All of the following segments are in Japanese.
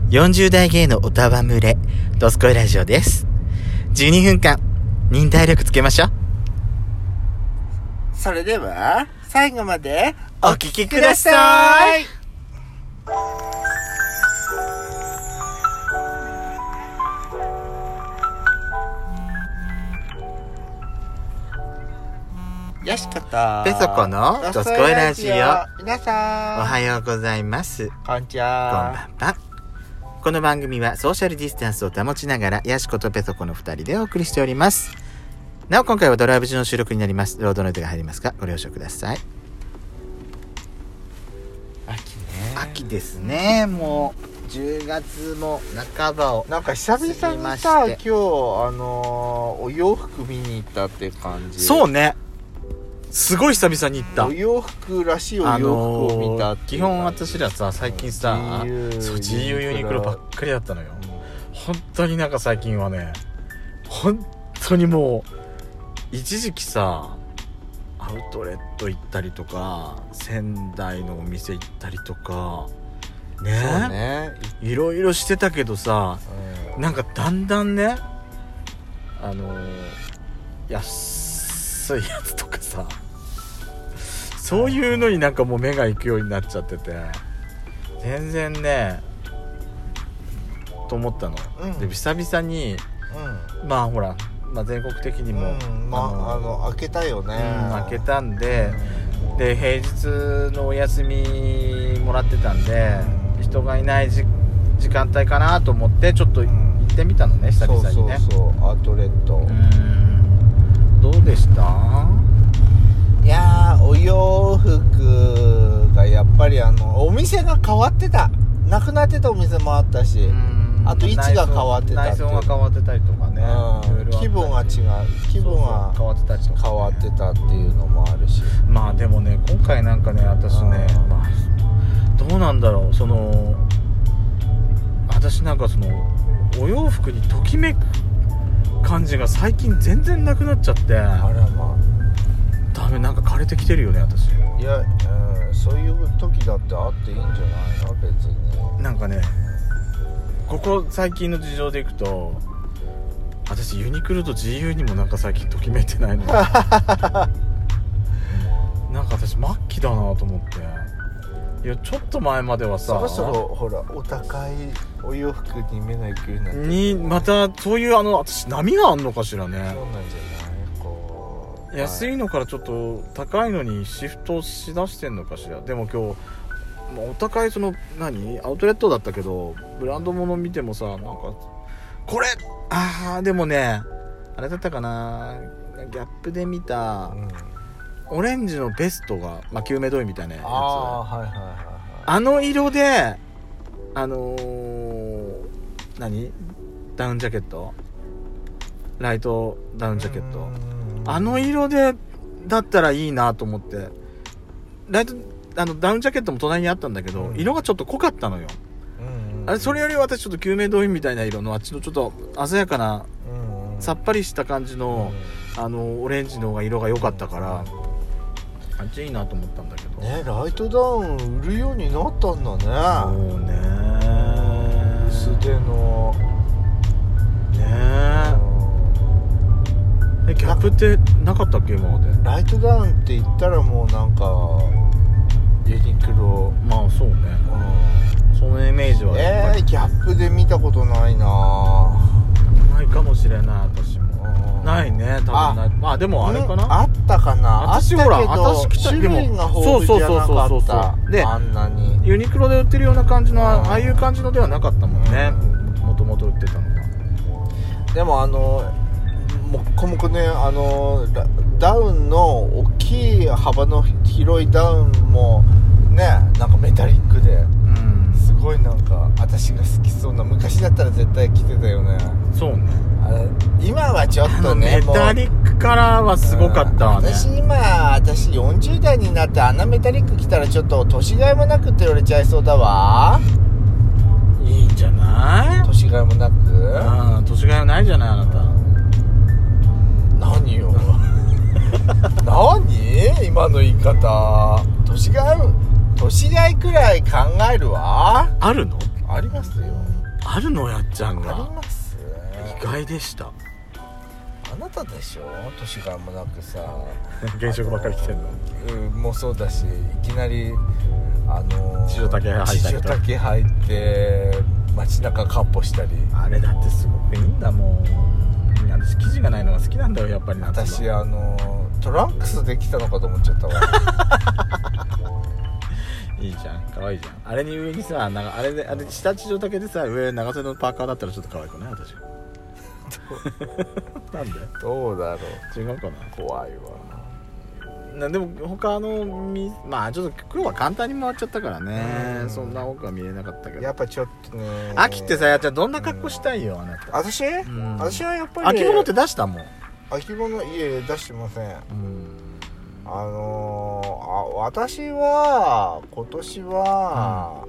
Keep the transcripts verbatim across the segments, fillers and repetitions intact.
よんじゅう代ゲイのおたわむれドスコイラジオです。じゅうにふんかん忍耐力つけましょう。 それでは最後までお聞きください。 よしことペソコのドスコイラジオ。 皆さんおはようございます。 こんにちこんは。 ばんは。この番組はソーシャルディスタンスを保ちながらヤシコとペソコのふたりでお送りしております。なお今回はドライブ中の収録になります。ロードノイズが入りますがご了承ください。 秋ね。 秋ですね。もうじゅうがつも半ばをなんか久々にさ、今日あのー、お洋服見に行ったって感じ。 そうね。すごい久々に行った。 お洋服らしいお洋服を見たっていう、 あのー、基本私らさ最近さ、 ジーユーそう ジーユー ユニクロばっかりだったのよ。本当になんか最近はね、本当にもう一時期さアウトレット行ったりとか仙台のお店行ったりとかね、 そうね、 いろいろしてたけどさ、 うん、 なんかだんだんね、あのー、安いやつとかさ、そういうのになんかもう目が行くようになっちゃってて、全然ねと思ったの、うん、で久々に、うん、まあほら、まあ、全国的にも、 うん、まああの開けたよね、 うん、開けたんで、うん、で平日のお休みもらってたんで、うん、人がいない時時間帯かなと思ってちょっと行ってみたのね、久々にね。 そうそうそう、アウトレット。うん、 どうでした？ いやー、お洋服がやっぱりあのお店が変わってた。なくなってたお店もあったし、あと位置が変わってたっていう、 内装が変わってたりとかね、 うん、規模が違う、規模が変わってたりとか、ね、 変わってたっていうのもあるし、 まあでもね、今回なんかね、私ね、まあ、どうなんだろう、その私なんかそのお洋服にときめく感じが最近全然なくなっちゃって、 あらまあダメ、なんか枯れてきてるよね私。 いや、うん、そういう時だってあっていいんじゃないの、別に。 なんかね、ここ最近の事情でいくと、私ユニクロと ジーユー にもなんか最近ときめいてないのなんか私末期だなと思って。いや、ちょっと前まではさ、 そろそろほらお高いお洋服に目が行くようになってに、またそういうあの私波があんのかしらね。 そうなんじゃない、こう安いのからちょっと高いのにシフトしだしてんのかしら。でも今日お高いその何アウトレットだったけど、ブランド物見てもさ、なんかこれあーでもね、あれだったかな、ギャップで見た、うん、オレンジのベストが、まあ、救命胴衣みたいなやつ、あ、 はいはいはいはい、 あの色であのー、何ダウンジャケット、ライトダウンジャケット、あの色でだったらいいなと思って、ライトあのダウンジャケットも隣にあったんだけど、うん、色がちょっと濃かったのよ、うんうん、あれそれより私ちょっと救命胴衣みたいな色のあっちのちょっと鮮やかな、うんうん、さっぱりした感じの、うん、あのオレンジの方が色が良かったから、うん、あっちいいなと思ったんだけどね。ライトダウン売るようになったんだね。 そうね、 薄手のねえ、ギャップってなかったっけ今まで。 ライトダウンって言ったらもうなんかユニクロ、 まあそうね、うん、そのイメージはやっぱり、 えー、ギャップで見たことないな。 ないかもしれない、私もないね、多分ない。まあでもあれかな、 あったかな。 私ほら、私来た、 種類が豊富じゃなかった。 で、 あんなにユニクロで売ってるような感じの、ああいう感じのではなかったもんね、もともと売ってたのが。でもあのもっこもこね、あのダウンの大きい幅の広いダウンもね、なんかメタリックで、うん、すごいなんか私が好きそうな、昔だったら絶対着てたよね。 そうね、 あれ今はちょっとね、 メタリックカラーはすごかったわね、 うん、私今私よんじゅう代になってあんなメタリック着たらちょっと年がいもなくって言われちゃいそうだわ。 いいんじゃない、 年がいもなく。 うん、年がいもないじゃない、あなた。 何よ何今の言い方、年がい年がいくらい考えるわ。 あるの？ ありますよ。 あるのやっちゃんがあります。 意外でした。 あなたでしょ、年がもなくさ現職ばっかり来てんの。 うんもうそうだし、いきなりあの地上竹履いたり地上竹履いて街中かっ歩したり。 あれだってすごくいいんだもん。私生地がないのが好きなんだよやっぱり。 私あのトランクスできたのかと思っちゃったわいいじゃん、可愛いじゃん。あれに上にさ、なんかあれであれ下地上竹でさ、上長袖のパーカーだったらちょっと可愛くない私なんでどうだろう。 違うかな。 怖いわな。でも他のみまあちょっと今日は簡単に回っちゃったからね、そんな多くは見えなかったけど。 やっぱちょっとね、 秋ってさ、やっちゃんどんな格好したいよ、あなた。 私、うん、私はやっぱり秋物って出したもん。 秋物、いえ出してません。うん、あのー、あ私は今年は、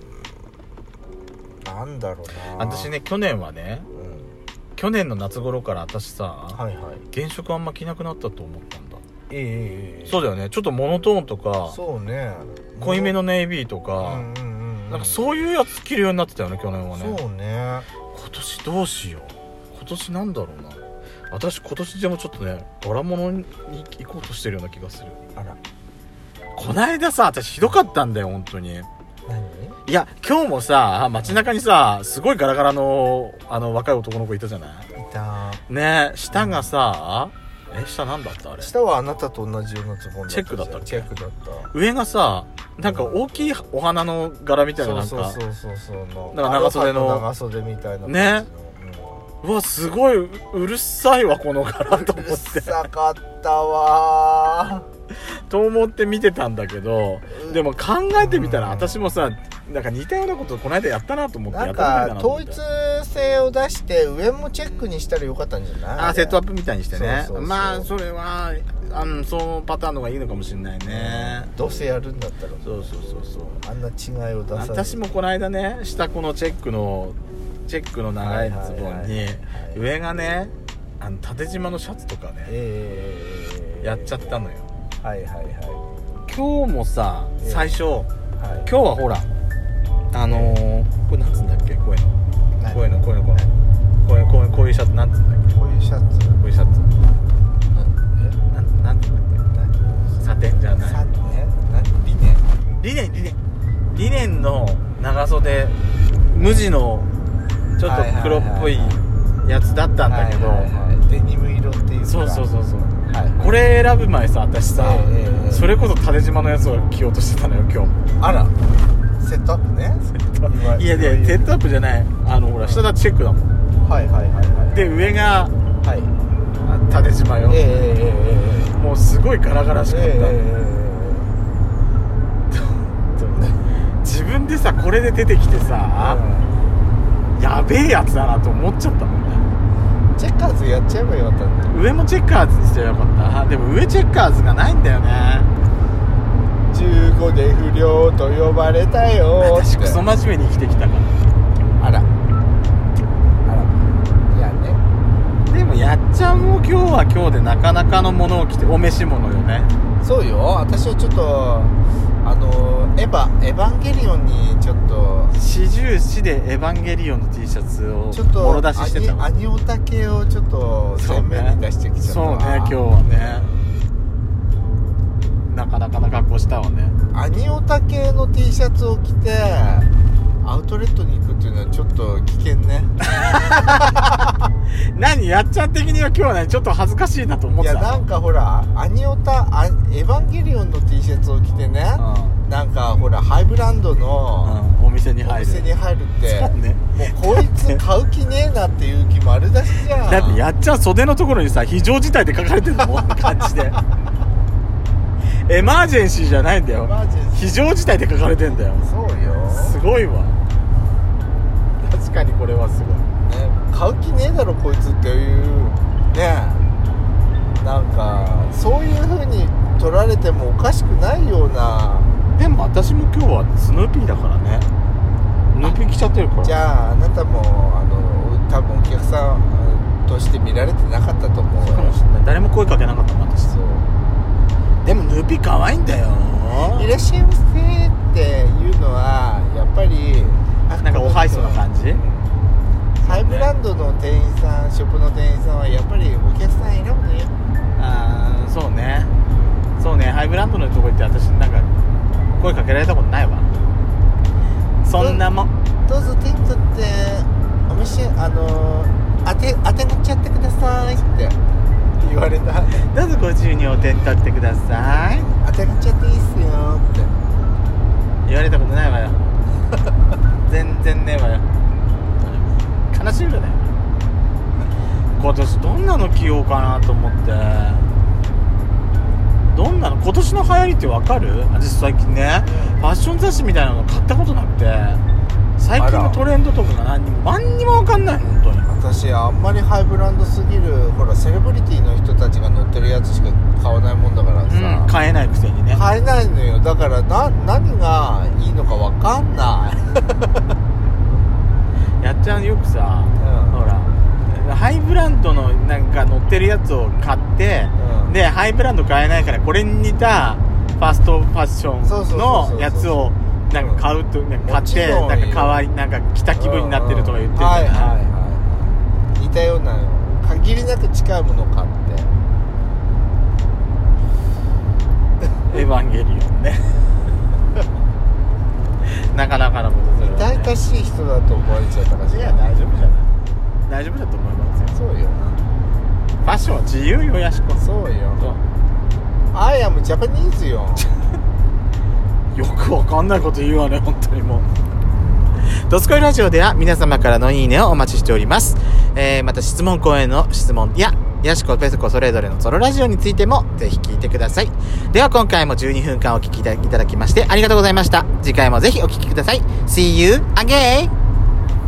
うん、なんだろうな。 私ね、去年はね、うん、去年の夏頃から私さ、はいはい、原色あんま着なくなったと思ったんだ。ええー、そうだよね。ちょっとモノトーンとか、 そうね、 濃いめのネイビーとか、うんうんうんうん、なんかそういうやつ着るようになってたよね、去年はね。 そうね。 今年どうしよう。今年なんだろうな。私今年でもちょっとね、柄物に行こうとしてるような気がする。あら、こないださ、私ひどかったんだよ本当に。何？いや今日もさ、街中にさ、すごいガラガラのあの若い男の子いたじゃない。いたね。下がさ、うん、え下なんだったあれ。 下はあなたと同じようなズボンだった。 チェックだったっけ。 チェックだった。 上がさ、なんか大きいお花の柄みたいな、なんかそうそうそうそうの、 なんか長袖の長袖みたいなね。うわすごいうるさいわこの柄と思って。うるさかったわと思って見てたんだけど、でも考えてみたら私もさ、なんか似たようなことこの間やったなと思って。 なんか統一性を出して上もチェックにしたらよかったんじゃない？ あ、セットアップみたいにしてね。 そうそうそう、 まあそれはあのそのパターンの方がいいのかもしれないね、 うん、どうせやるんだったら。 そうそうそうそう、 あんな違いを出さない。 私もこの間ね、下このチェックのチェックの長いズボンに上がね、あの縦縞のシャツとかね、えー、やっちゃったのよ。はいはいはい。今日もさ、えー、最初、はい、今日はほらあのー、これなんつうんだっけ、こういうのこういうのこういうのこういうのこういうこういうこういうシャツなんつうんだっけ。 こういうシャツ、 こういうシャツえなんなんつうんだっけ。サテンじゃない。サテン？何？リネン。リネンリネンリネンの長袖無地のちょっと黒っぽいやつだったんだけど、はいはいはいはい、 デニム色っていうか。 そうそうそうそう、はいはい、これ選ぶ前さ、私さ、えー、それこそ縦縞のやつを着ようとしてたのよ今日。 あら、セットアップね。セットアップ。 いやいや、セットアップじゃない。あのほら下だってチェックだもん。はいはいはいはい。で上が、はい、縦縞よ。えーえー、もうすごいガラガラしかった。えー、自分でさこれで出てきてさ、うん、やべえやつだなと思っちゃったもんね。 チェッカーズやっちゃえばよかったんだ。 上もチェッカーズにしちゃえばよかった。でも上チェッカーズがないんだよね。 じゅうごで不良と呼ばれたよ。 私クソ真面目に生きてきたから。 あらあら、いやね。 でもやっちゃんも今日は今日でなかなかのものを着て、お召し物よね。 そうよ。私はちょっとあのエヴァエヴァンゲリオンにちょっと四十四でエヴァンゲリオンの T シャツをちょっともろ出ししてたもん。 アニオタ系をちょっと前面に出してきちゃった。 そうね、そうね、今日はねなかなかな格好したわね。 アニオタ系の T シャツを着てアウトレットに行くっていうのはちょっと危険ね何、やっちゃん的には今日はねちょっと恥ずかしいなと思ってた。 いやなんかほらアニオタあエヴァンゲリオンの T シャツを着てね、うん、なんかほらハイブランドの、 うん、お店に入るお店に入るってそうね、 もうこいつ買う気ねえなっていう気丸出しじゃん。 だってやっちゃん袖のところにさ非常事態って書かれてるのも感じでエマージェンシーじゃないんだよ、非常事態って書かれてんだよ。 そうよ、 すごいわ。確かにこれはすごい、 ね、買う気ねえだろこいつっていうね。なんかそういう風に取られてもおかしくないような。 でも私も今日はスヌーピーだからね。スヌーピー着ちゃってるから。 じゃああなたもあの多分お客さんとして見られてなかったと思う。 そうかもしれない。誰も声かけなかったもん私。そうでもヌーピー可愛いんだよ。 いらっしゃいませっていうのはやっぱりなんかおはいそな感じ、うん、 ハイブランドの店員さん、ショップの店員さんはやっぱりお客さん選ぶのよ。 ああ、そうねそうね。ハイブランドのとこ行って私なんか声かけられたことないわ。そんなもん。 どうぞ手に取ってお召しあの当て当てがっちゃってくださいって言われた。 どうぞご自由にお手に取ってください。 当てがっちゃっていいっすよって言われたことないわよ。全然ねえわよ。悲しいんだね。今年どんなの着ようかなと思って。どんなの今年の流行りってわかる？私最近ね、ファッション雑誌みたいなの買ったことなくて、最近のトレンドとかが何にも何にもわかんないの本当に。 私あんまりハイブランドすぎるほらセレブリティの人たちが乗ってるやつしか買わないもんだからさ、 うん、買えないくせにね。 買えないのよ。だからな何がいいのかわかんない。 やっちゃんよくさ、うん、ほらハイブランドのなんか乗ってるやつを買って、うん、でハイブランド買えないからこれに似たファストファッションのやつをなんか買うと、ね、買ってなんか可愛いなんか着た気分になってるとか言ってるじゃない、うんうん、はいはいはい、似たような限りなく近いものを買ってエヴァンゲリオンねなかなかのことするわね。 痛々しい人だと思われちゃったかしら。 いや大丈夫じゃない、大丈夫だと思いますよ。 そうよな、 ファッションは自由よやしこ。 そうよ、そう、I am Japanese よよくわかんないこと言うわね本当に。もうドスコイラジオでは皆様からのいいねをお待ちしております、えー、また質問公演の質問ややしこペソコそれぞれのソロラジオについてもぜひ聞いてください。では今回もじゅうにふんかんお聞きいただきましてありがとうございました。次回もぜひお聞きください。 See you again!